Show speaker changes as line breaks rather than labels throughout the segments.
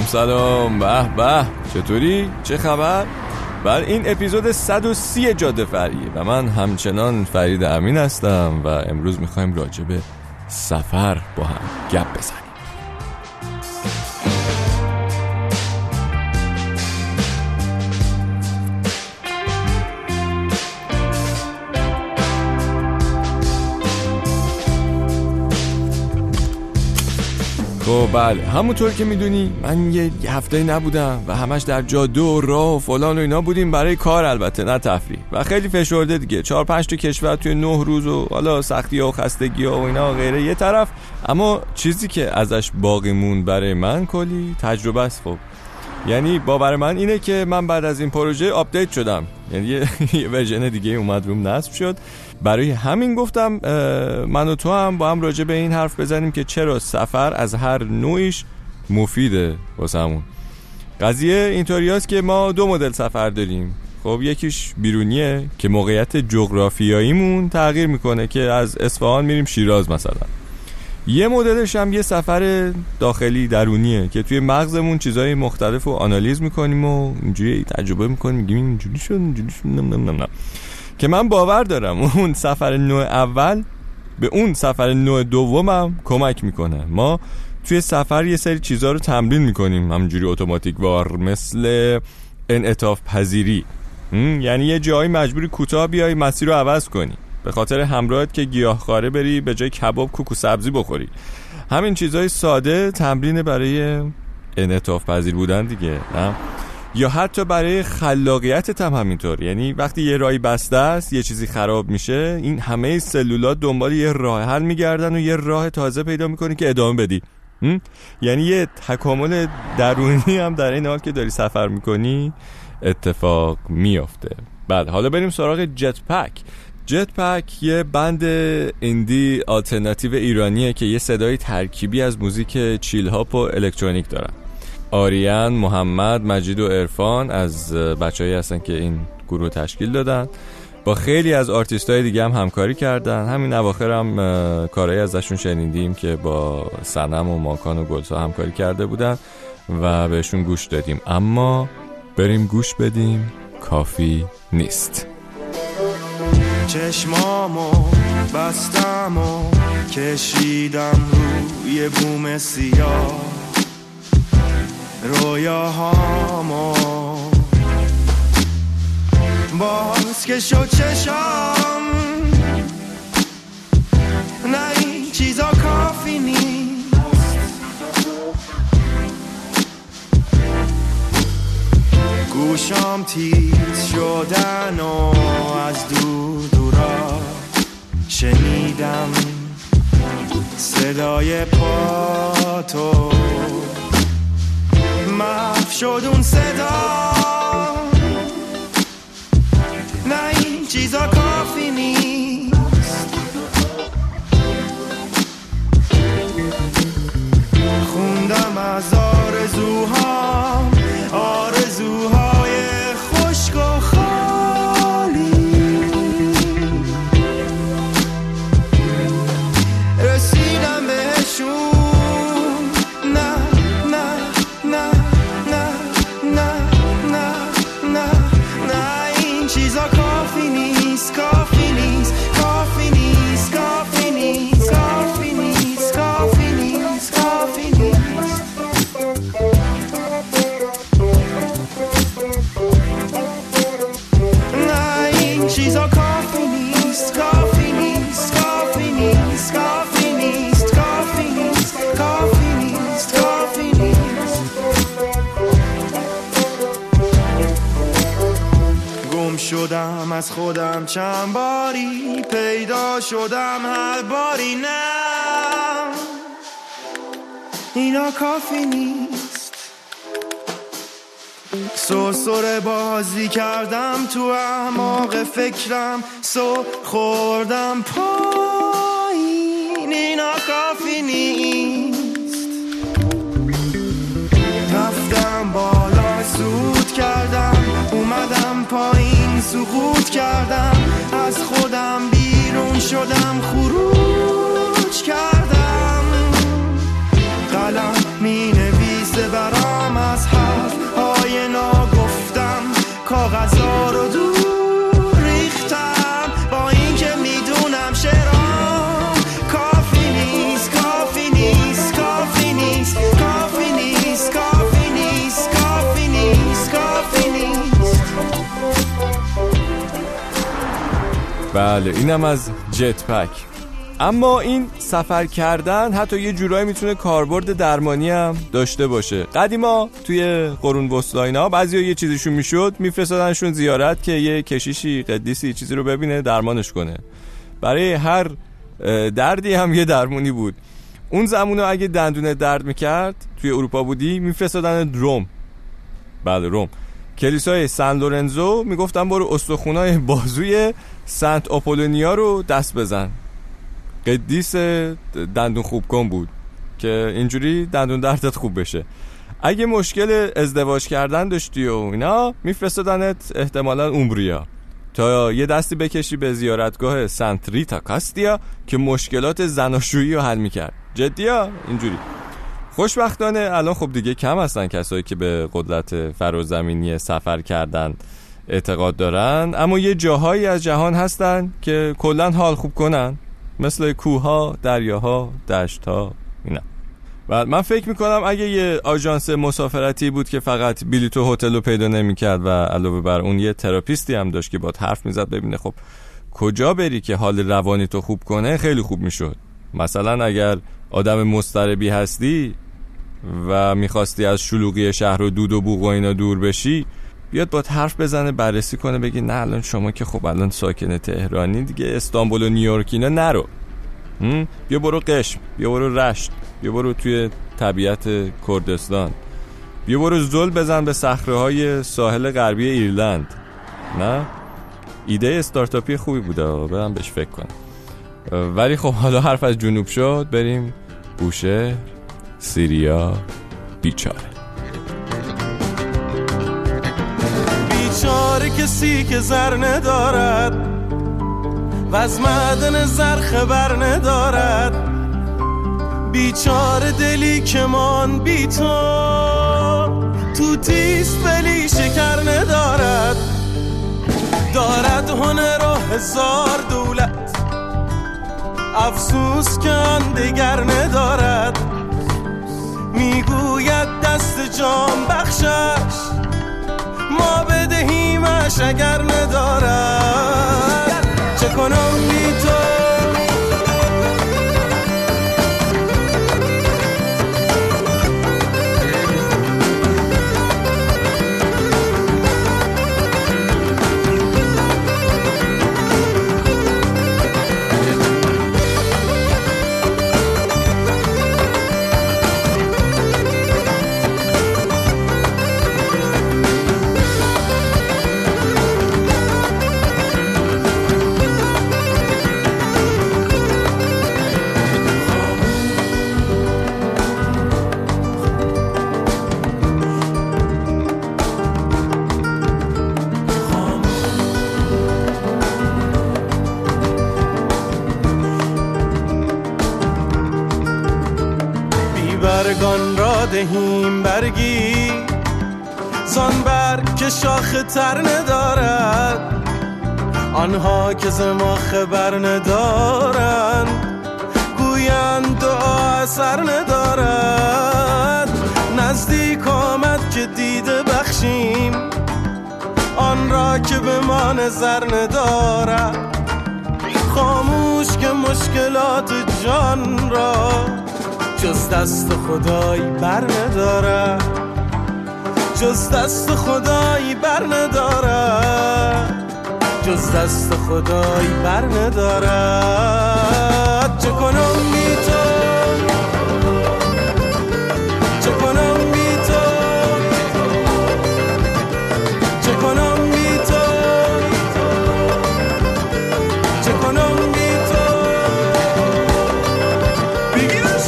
سلام. به به، چطوری؟ چه خبر؟ بله، این اپیزود 130 جاده فرعیه و من همچنان فرید امین هستم و امروز میخوایم راجع به سفر با هم گپ بزنیم. خب بله، همونطور که میدونی من یه هفته نبودم و همش در جاده و راه و فلان و اینا بودیم، برای کار البته، نه تفریح، و خیلی فشرده دیگه. 4-5 تا کشور توی 9 روز و حالا سختی ها و خستگی ها و اینا و غیره یه طرف، اما چیزی که ازش باقی موند برای من کلی تجربه است. خب یعنی باور من اینه که من بعد از این پروژه آپدیت شدم، یعنی یه ورژن دیگه اومد روم نصب شد. برای همین گفتم من و تو هم با هم راجع به این حرف بزنیم که چرا سفر از هر نوعیش مفیده واسمون. قضیه اینطوری است که ما 2 مدل سفر داریم. خب یکیش بیرونیه که موقعیت جغرافیاییمون تغییر میکنه، که از اصفهان میریم شیراز مثلا. یه مدلش هم یه سفر داخلی درونیه که توی مغزمون چیزای مختلف رو آنالیز میکنیم و اینجوری تجربه میکنیم، میگیم اینجوری شد نه. که من باور دارم اون سفر نوع اول به اون سفر نوع دومم کمک میکنه. ما توی سفر یه سری چیزا رو تمرین میکنیم همینجوری اتوماتیک وار، مثل انعطاف پذیری. یعنی یه جایی مجبوری کوتاه بیای مسیر رو عوض کنی به خاطر همراهت که گیاهخواره بری به جای کباب کوکو سبزی بخوری. همین چیزای ساده تمرین برای انعطاف پذیر بودن دیگه، نه؟ یا حتی برای خلاقیتت هم همینطور. یعنی وقتی یه راهی بسته است، یه چیزی خراب میشه، این همه سلولات دنبال یه راه حل میگردن و یه راه تازه پیدا میکنی که ادامه بدی. یعنی یه تکامل درونی هم در این حال که داری سفر میکنی اتفاق میافته. بعد حالا بریم سراغ جت پک. جت پک یه بند ایندی آلترناتیو ایرانیه که یه صدای ترکیبی از موزیک چیل هاپ و الکترونیک دارن. آریان، محمد، مجید و عرفان از بچه‌ای هستن که این گروه تشکیل دادن. با خیلی از آرتیست‌های دیگه هم همکاری کردن. همین اواخر هم کارهایی ازشون شنیدیم که با صنم و ماکان و گلسا همکاری کرده بودن و بهشون گوش دادیم. اما بریم گوش بدیم کافی نیست.
چشمامو بستم و کشیدم روی بوم سیاه، رویاهامو باز که شد چشام، نه این چیزا کافی نیست. گوشام تیز شدن و از دورا شنیدم صدای پاتو، محو شد اون صدا، نه این چیزا کافی نیست. خوندم از آرزوهام، آرزوهای خشک و خالی، رسیدم بهشون، نه نه نه نه نه نه نه نه این چیزا کافی نیست، کافی نیست، کافی نیست، کافی نیست، کافی نیست، کافی نیست، کافی نیست. نه این چیزا کافی نیست، کافی نیست، کافی نیست، کافی نیست، کافی نیست، کافی نیست، کافی نیست. گم شدم از خودم چند باری، پیدا شدم هر باری، نه اینا کافی نیست. سرسره بازی کردم تو اعماق فکرم، سر خوردم پایین، اینا کافی نیست. رفتم بالا سود کردم، اومدم پایین سقوط کردم، از خودم بیرون شدم خروج کردم. قلم می نویسه برام
بله اینم از جت پک. اما این سفر کردن حتی یه جورایی میتونه کاربرد درمانی هم داشته باشه. قدیما توی قرون وسطی اینا بعضیا یه چیزیشون میشد میفرستادنشون زیارت که یه کشیشی قدیسی چیزی رو ببینه درمانش کنه. برای هر دردی هم یه درمونی بود. اون زمانو اگه دندونه درد میکرد توی اروپا بودی میفرستادن روم. بله روم. کلیسای سن لورنزو میگفتن برو استخونای بازوی سنت آپولونیا رو دست بزن. قدیس دندون خوب کن بود که اینجوری دندون دردت خوب بشه. اگه مشکل ازدواج کردن داشتی و اینا میفرستادنت احتمالاً اومبریا تا یه دستی بکشی به زیارتگاه سنت ریتا کاستیا که مشکلات زناشویی رو حل میکرد. جدیه اینجوری. خوشبختانه الان خب دیگه کم هستن کسایی که به قدرت فرازمینی سفر کردن اعتقاد دارن، اما یه جاهایی از جهان هستن که کلن حال خوب کنن، مثل کوها، دریاها، دشتها اینا. و من فکر میکنم اگه یه آژانس مسافرتی بود که فقط بلیط هتل رو پیدا نمیکرد و علاوه بر اون یه تراپیستی هم داشت که باهات حرف میزد ببینه خب کجا بری که حال روانی تو خوب کنه، خیلی خوب میشد. مثلا اگر آدم مضطربی هستی و میخواستی از شلوغی شهر و دود و بوق و اینا دور بشی، بیاد باهات حرف بزنه، بررسی کنه، بگی نه الان شما که خب الان ساکن تهرانی دیگه، استانبول و نیویورک اینا نرو، بیا برو قشم، بیا برو رشت، بیا برو توی طبیعت کردستان، بیا برو زل بزن به صخره‌های ساحل غربی ایرلند. نه ایده استارتاپی خوبی بوده، برام بهش فکر کنم. ولی خب حالا حرف از جنوب شد، بریم بوشهر، سیریا، بیچاره.
بیچاره کسی که زر ندارد و از معدن زر خبر ندارد، بیچاره دلی که من بی تو تیست ولی شکر ندارد، دارد هنر و هزار دولت، افسوس که آن دگر ندارد، میگوید دست جان بخشش ما بدهیمش اگر ندارد، چه کنم بی تو برگان را دهیم برگی زان برگ که شاخ تر ندارد، آنها که ز ما خبر ندارند گویند دعا اثر ندارد، نزدیک آمد که دیده بخشیم آن را که به ما نظر ندارد، خاموش که مشکلات جان را جز دست خدای بر نداره، جز دست خدای بر نداره، جز دست خدای بر نداره، چه کنم بی تو، چه کنم بی تو، چه کنم بی تو، چه کنم بی تو، بگیرش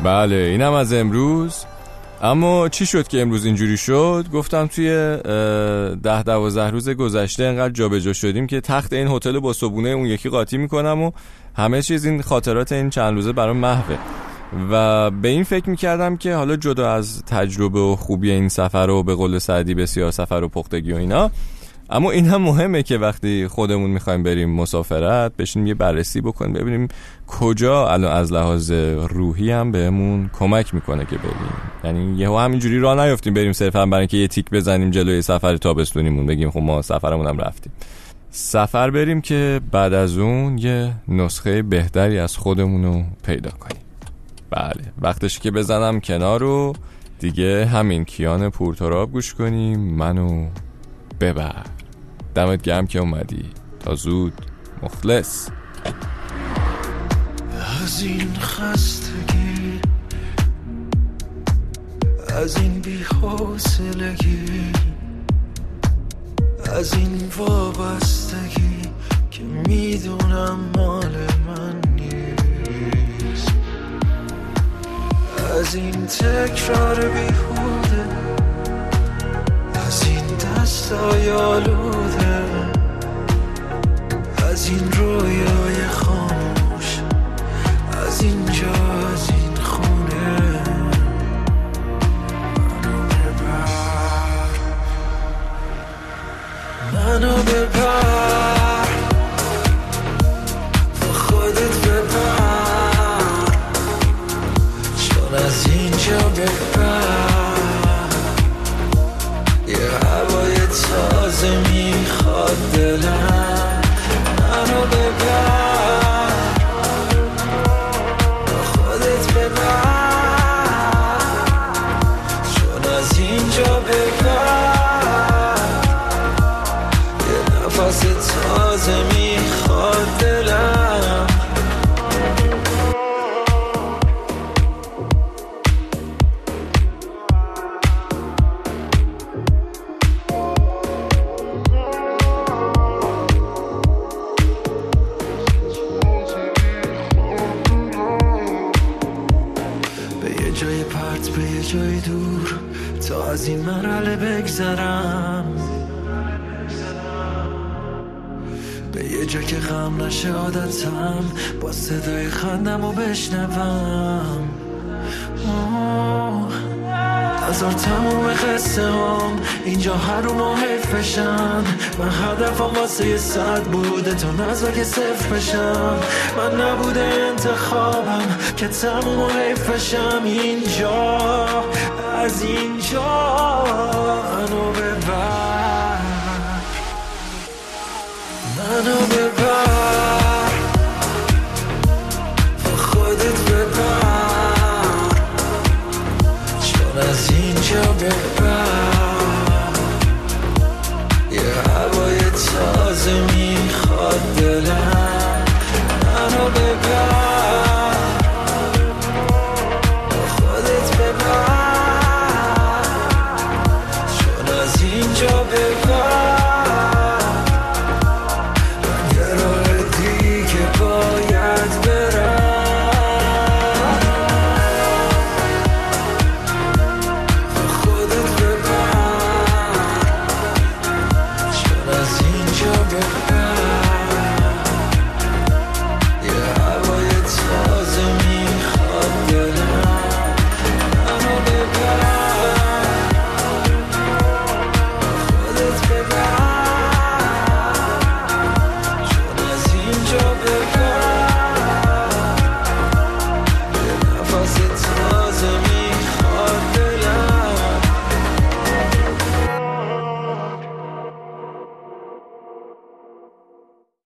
بله اینم از امروز. اما چی شد که امروز اینجوری شد؟ گفتم توی 10-12 روز گذشته انقدر جابجا شدیم که تخت این هتل با صبونه اون یکی قاطی میکنم و همه چیز، این خاطرات این چند روزه برام محوه. و به این فکر میکردم که حالا جدا از تجربه و خوبی این سفر و به قول سعدی بسیار سفر و پختگی و اینا، اما این هم مهمه که وقتی خودمون میخوایم بریم مسافرت بشینیم یه بررسی بکنیم ببینیم کجا الان از لحاظ روحی هم بهمون کمک میکنه که بریم. یعنی یهو همینجوری راه نیافتیم بریم صرفا برای اینکه یه تیک بزنیم جلوی سفر تابستونیمون بگیم خب ما سفرمون هم رفتیم. سفر بریم که بعد از اون یه نسخه بهتری از خودمونو پیدا کنیم. بله وقتش که بزنم کنار و دیگه همین کیان پورتراب گوش کنیم. منو ببر. دمت گرم که اومدی. تا زود. مخلص.
از این خستگی، از این بی‌حوصلگی، از این وابستگی که میدونم مال من نیست، از این تکرار بیهوده، از این دستای آلوده، از این رویای خاموش، از اینجا، از این خونه. منو ببر، با خودت ببر، چون از اینجا ببر، یه هوای تازه میخواد دلم. منو ببر، با خودت ببر، چون از اینجا ببر، یه نفس تازه میخواد دلم. جای پرت به یه جای دور تا از این مرحله بگذرم، به یه جا که غم نشه عادتم، با صدای خندم رو بشنوم. هزار تموم قصه هم اینجا هر رو حیف بشن. من هدفم واسه یه 100 بوده تا نزدیک 0 بشم. من نبوده انتخابم که تموم حیف بشم. اینجا، از اینجا منو ببر، منو ببر، با خودت ببر، چون از اینجا ببر، یه هوای تازه میخواد دلم.